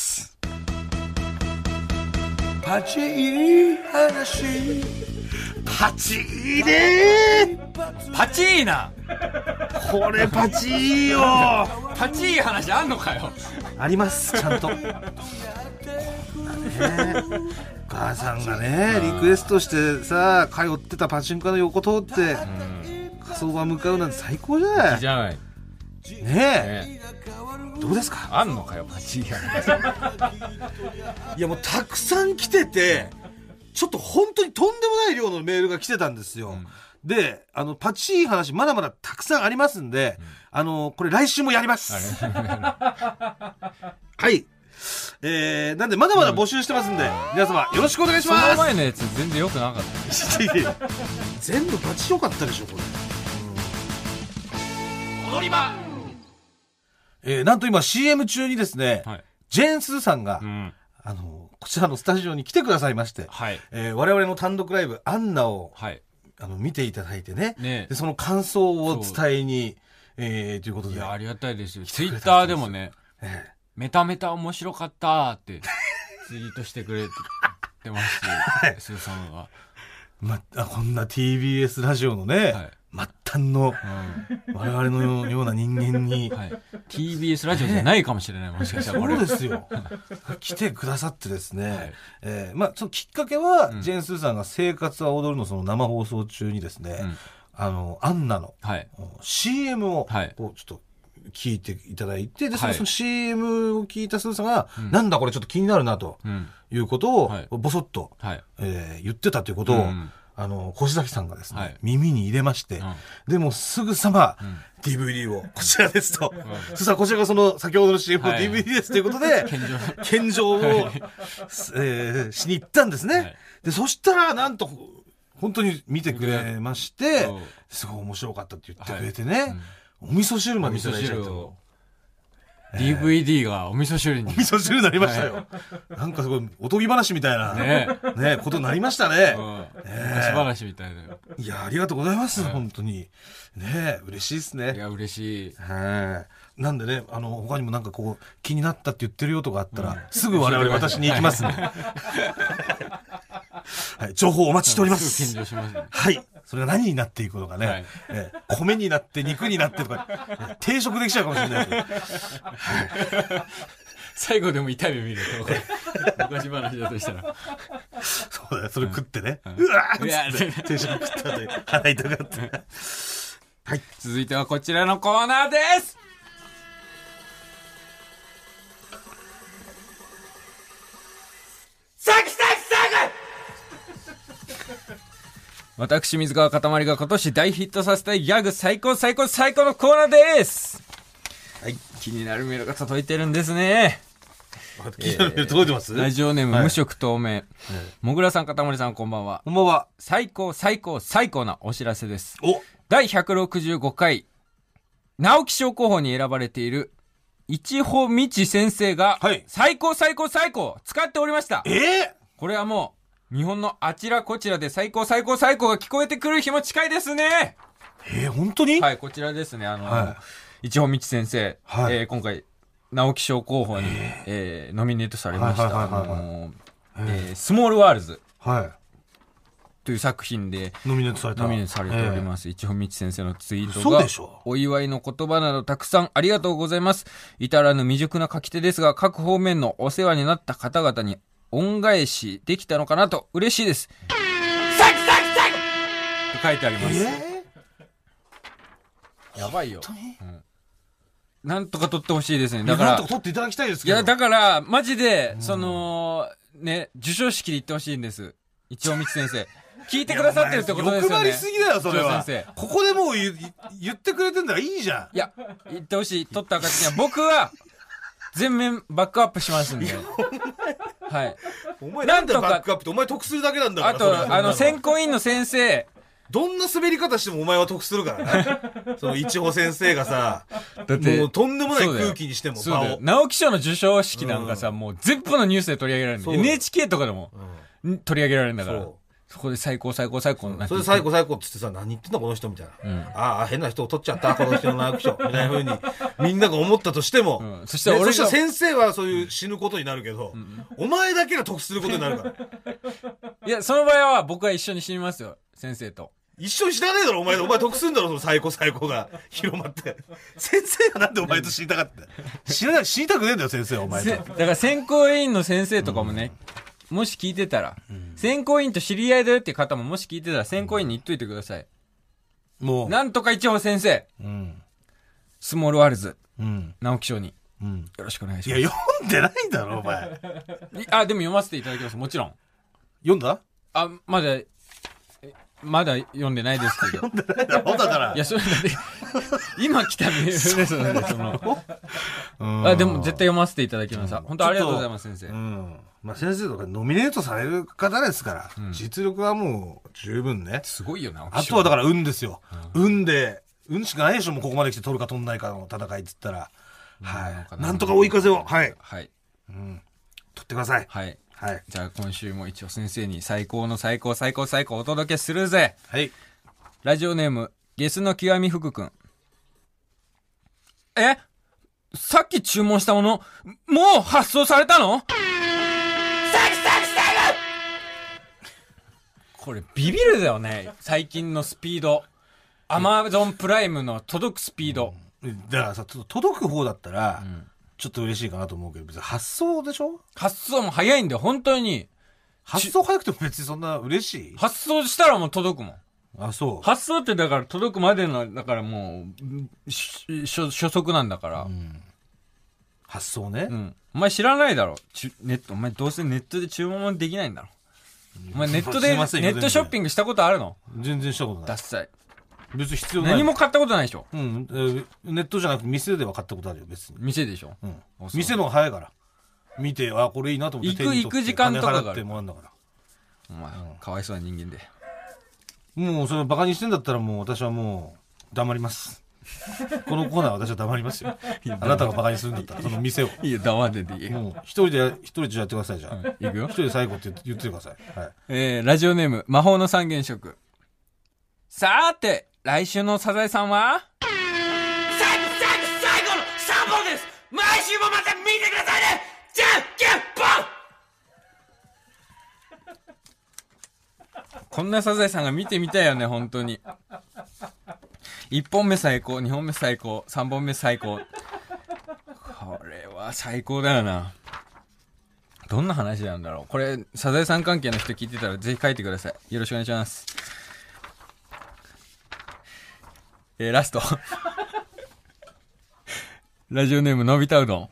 パチいい話、パチいいね、 パチーナ、 これパチいいよ。 パチいい話あんのかよ。 あります、ちゃんと。こんなね、お母さんがねリクエストしてさ、通ってたパチンコの横通って火葬場向かうなんて最高じゃない。 じゃないねえ、どうですか。 あんのかよパチいい話。 いやもうたくさん来てて、ちょっと本当にとんでもない量のメールが来てたんですよ。で、パチいい話まだまだたくさんありますんで、これ来週もやります。はい。なんでまだまだ募集してますんで、皆様よろしくお願いします。 その前のやつ全然良くなかった。 全部パチ良かったでしょこれ。踊り場。なんと今 CM 中にですね、はい、ジェーンスーさんが、こちらのスタジオに来てくださいまして、はい、我々の単独ライブアンナを、はい、見ていただいて ねでその感想を伝えに、ということで。いやありがたいですよ。ツイッターでもね、メタメタ面白かったってツイートしてくれてますし、スーさんがこんな TBS ラジオのね、はい、末端の我々のような人間に、はい、 TBS ラジオじゃないかもしれない、もしかしたらこれ。 そうですよ。来てくださってですね、はい、そのきっかけは、ジェーンスーさんが生活は踊るのその生放送中にですね、アンナの、はい、CM をちょっと聞いていただいて、でその CM を聞いたスーさんが、なんだこれちょっと気になるなということをボソッと、言ってたということを、越崎さんがですね、耳に入れまして、でもすぐさま DVD をこちらですと、そしたらこちらがその先ほどの CM の DVD ですということで献上をしに行ったんですね。でそしたらなんと本当に見てくれまして、すごい面白かったって言ってくれてね、お味噌汁までいただいちゃったと。 DVD がお味噌汁に。 お味噌汁になりましたよ。なんかすごいおとぎ話みたいなねことになりましたね。 昔話みたいな。 いやありがとうございます、本当にね、嬉しいですね。 いや嬉しい。 なんでね、他にもなんかこう気になったって言ってるよとかあったら、すぐ我々私に行きますね。はい、情報お待ちしております。 すぐ献上します。 はい。それが何になっていくのかね、米になって肉になってとか定食できちゃうかもしれないけど、 最後でも痛い目見ると昔話だとしたらそうだよ、それ食ってね、うわーって定食食った後に腹痛がって、 はい、続いてはこちらのコーナーです。サクサクサク。私水川かたまりが今年大ヒットさせたいギャグ最高最高最高のコーナーです。はい、気になるメールが届いてるんですね。 気になるメール届いてます。 ラジオネーム、無色透明、もぐらさんかたまりさんこんばんは。 こんばんは。 最高最高最高なお知らせです。第165回直木賞候補に選ばれている一穂道先生が、最高最高最高使っておりました。これはもう日本のあちらこちらで最高最高最高が聞こえてくる日も近いですね。 本当に？ はい、こちらですね。一穂道先生、今回直木賞候補に、ノミネートされました。スモールワールズという作品でノミネートされております。一穂道先生のツイートが、お祝いの言葉などたくさんありがとうございます。至らぬ未熟な書き手ですが、各方面のお世話になった方々に恩返しできたのかなと嬉しいです。サクサクサクと書いてあります。やばいよ。なんとか取ってほしいですね。だから。 なんとか取っていただきたいですけど。 いや、だから、マジで、授賞式で言ってほしいんです。一穂道先生。聞いてくださってるってことですよね。 欲張りすぎだよ、それは。ここでもう言ってくれてんだらいいじゃん。 いや、言ってほしい。取った暁には、僕は、全面バックアップしますんで。はい。 お前なんでバックアップって、お前得するだけなんだから。 あと、選考委員の先生どんな滑り方してもお前は得するからね。その一歩先生がさ、だってもうとんでもない空気にしても場を。直木賞の授賞式なんかさ、もう全部のニュースで取り上げられるんだ。NHK とかでも取り上げられるんだから。そこで最高最高最高になって。 それで最高最高って言ってさ、何言ってんだこの人みたいな。ああ、変な人を取っちゃった、この人の直木賞。みたいな風に、みんなが思ったとしても。そしたら先生はそういう死ぬことになるけど、お前だけが得することになるから。 いや、その場合は僕は一緒に死にますよ、先生と。 一緒に死なねえだろ、お前得するんだろ、その最高最高が広まって。先生がなんでお前と死にたかった。死にたくねえんだよ、先生はお前と。 だから選考委員の先生とかもね、もし聞いてたら、選考委員と知り合いだよっていう方ももし聞いてたら、選考委員に言っといてください。もう。なんとか一応先生。スモールワールズ。直木賞に。よろしくお願いします。 いや、読んでないんだろ、お前。 でも読ませていただきます。もちろん。 読んだ？ まだ読んでないですけど。 読んでないだろ、だから。 いや、それだって、今来たメールですので、でも絶対読ませていただきます。本当ありがとうございます、先生。 まあ先生とかノミネートされる方ですから、実力はもう十分ね。 すごいよな。 あとはだから運ですよ。運しかないでしょ、もうここまで来て取るか取んないかの戦いって言ったら。はい。なんとか追い風を。はい。 はい。 取ってください。 はい。はい。じゃあ今週も一応先生に最高の最高最高最高お届けするぜ。 はい。 ラジオネーム、ゲスの極み福くん。さっき注文したもの、もう発送されたの？これビビるだよね。最近のスピード。アマゾンプライムの届くスピード。 だからさ、届く方だったら、ちょっと嬉しいかなと思うけど、別に発送でしょ？ 発送も早いんだよ、本当に。 発送早くても別にそんな嬉しい？ 発送したらもう届くもん。 あ、そう。 発送ってだから届くまでの、だからもう、初速なんだから。 発送ね。 お前知らないだろ。お前どうせネットで注文もできないんだろ。お前ネットで、ネットショッピングしたことあるの？ 全然したことない。 ダッサイ。 別に必要ない。 何も買ったことないでしょ。 ネットじゃなくて店では買ったことあるよ、別に。 店でしょ。 店の方が早いから。見て、これいいなと思って手に取って。 行く時間とかがある。 金払ってもらうんだから。 お前、かわいそうな人間で。 もうそれバカにしてんだったらもう私はもう黙ります。このコーナーは私は黙りますよ。あなたがバカにするんだったらその店を。 いいよ、黙ってていい。 もう一人でやってください、じゃあ。 行くよ。 一人で最後って言ってください。 はい。ラジオネーム、魔法の三原色。さーて、来週のサザエさんは最後の3本です。毎週もまた見てくださいね。じゃんけんぽん。こんなサザエさんが見てみたいよね、本当に。1本目最高、2本目最高、3本目最高。これは最高だよな。どんな話なんだろう。これ、サザエさん関係の人聞いてたらぜひ書いてください。よろしくお願いします。ラスト。ラジオネームのびたうどん。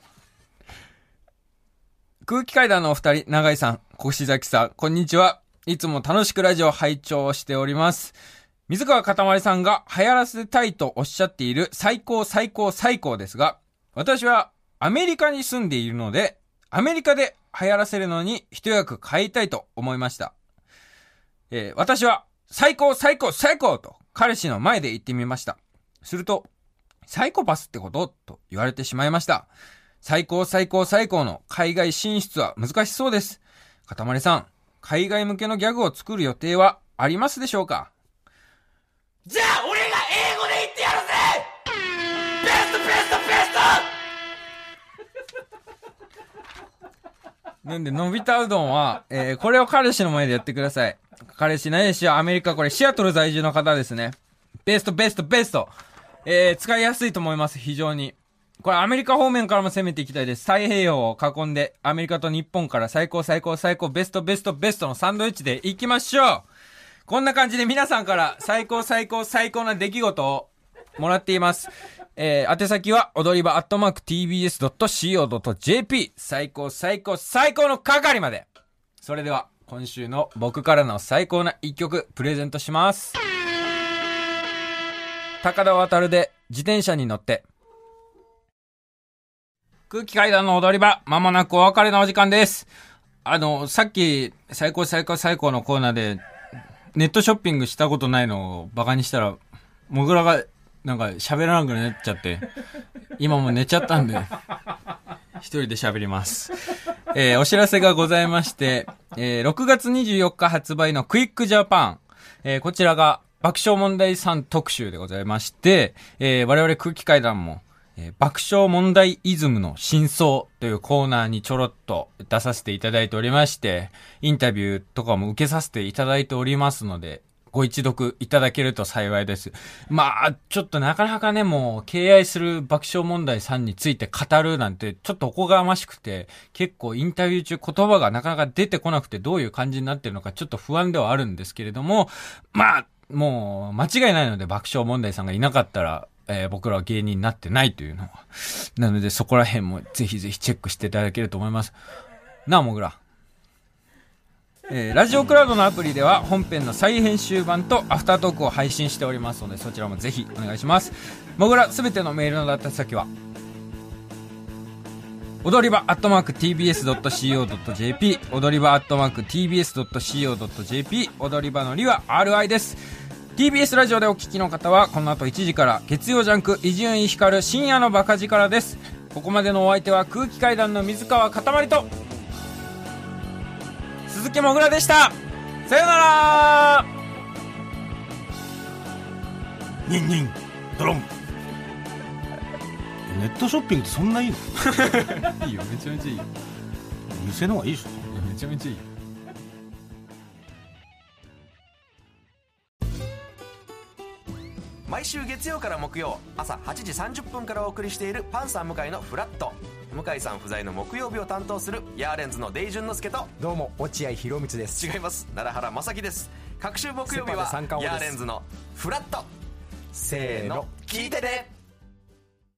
空気階段のお二人、永井さん、越崎さん、こんにちは。いつも楽しくラジオ拝聴しております。水川かたまりさんが流行らせたいとおっしゃっている最高最高最高ですが、私はアメリカに住んでいるので、アメリカで流行らせるのに一役買いたいと思いました。私は最高最高最高と彼氏の前で言ってみました。すると、サイコパスってことと言われてしまいました。最高最高最高の海外進出は難しそうです。かたまりさん、海外向けのギャグを作る予定はありますでしょうか？じゃあ俺が英語で言ってやるぜ！ベストベストベストなんで、のび太うどんは、これを彼氏の前でやってください。彼氏ないし、アメリカ、これシアトル在住の方ですね。ベストベストベスト。使いやすいと思います、非常に。これアメリカ方面からも攻めていきたいです。太平洋を囲んで、アメリカと日本から最高最高最高ベストベストベストのサンドイッチで行きましょう。こんな感じで皆さんから最高最高最高な出来事をもらっています。宛先は踊り場@tbs.co.jp 最高最高最高の係まで。それでは今週の僕からの最高な一曲プレゼントします。高田渡で自転車に乗って。空気階段の踊り場、まもなくお別れのお時間です。さっき最高最高最高のコーナーでネットショッピングしたことないのをバカにしたら、もぐらがなんか喋らなくなっちゃって、今もう寝ちゃったんで、一人で喋ります。お知らせがございまして、6月24日発売のクイックジャパン、こちらが爆笑問題さん特集でございまして、我々空気階段も、爆笑問題イズムの真相というコーナーにちょろっと出させていただいておりまして、インタビューとかも受けさせていただいておりますので、ご一読いただけると幸いです。まあ、ちょっとなかなかね、もう敬愛する爆笑問題さんについて語るなんてちょっとおこがましくて、結構インタビュー中言葉がなかなか出てこなくてどういう感じになってるのかちょっと不安ではあるんですけれども、まあ、もう間違いないので爆笑問題さんがいなかったら、僕らは芸人になってないというのは。なのでそこら辺もぜひぜひチェックしていただけると思います。なあ、もぐら。ラジオクラウドのアプリでは本編の再編集版とアフタートークを配信しておりますので、そちらもぜひお願いします。もぐらすべてのメールの宛先は、踊り場@tbs.co.jp、 踊り場@tbs.co.jp、 踊り場のりは RI です。TBS ラジオでお聞きの方はこの後1時から月曜ジャンク伊集院光深夜のバカ力です。ここまでのお相手は空気階段の水川かたまりと鈴木もぐらでした。さよなら。 ニンニンドロン。ネットショッピングってそんないいの？ いいよ、めちゃめちゃいいよ。 店の方がいいでしょ。 めちゃめちゃいいよ。 毎週月曜から木曜朝8時30分からお送りしているパンサー向井のフラット。向井さん不在の木曜日を担当するヤーレンズのデイジュンの之介と、 どうも落合博満です。 違います、奈良原正樹です。各週木曜日はヤーレンズのフラット。せーの、聞いてね。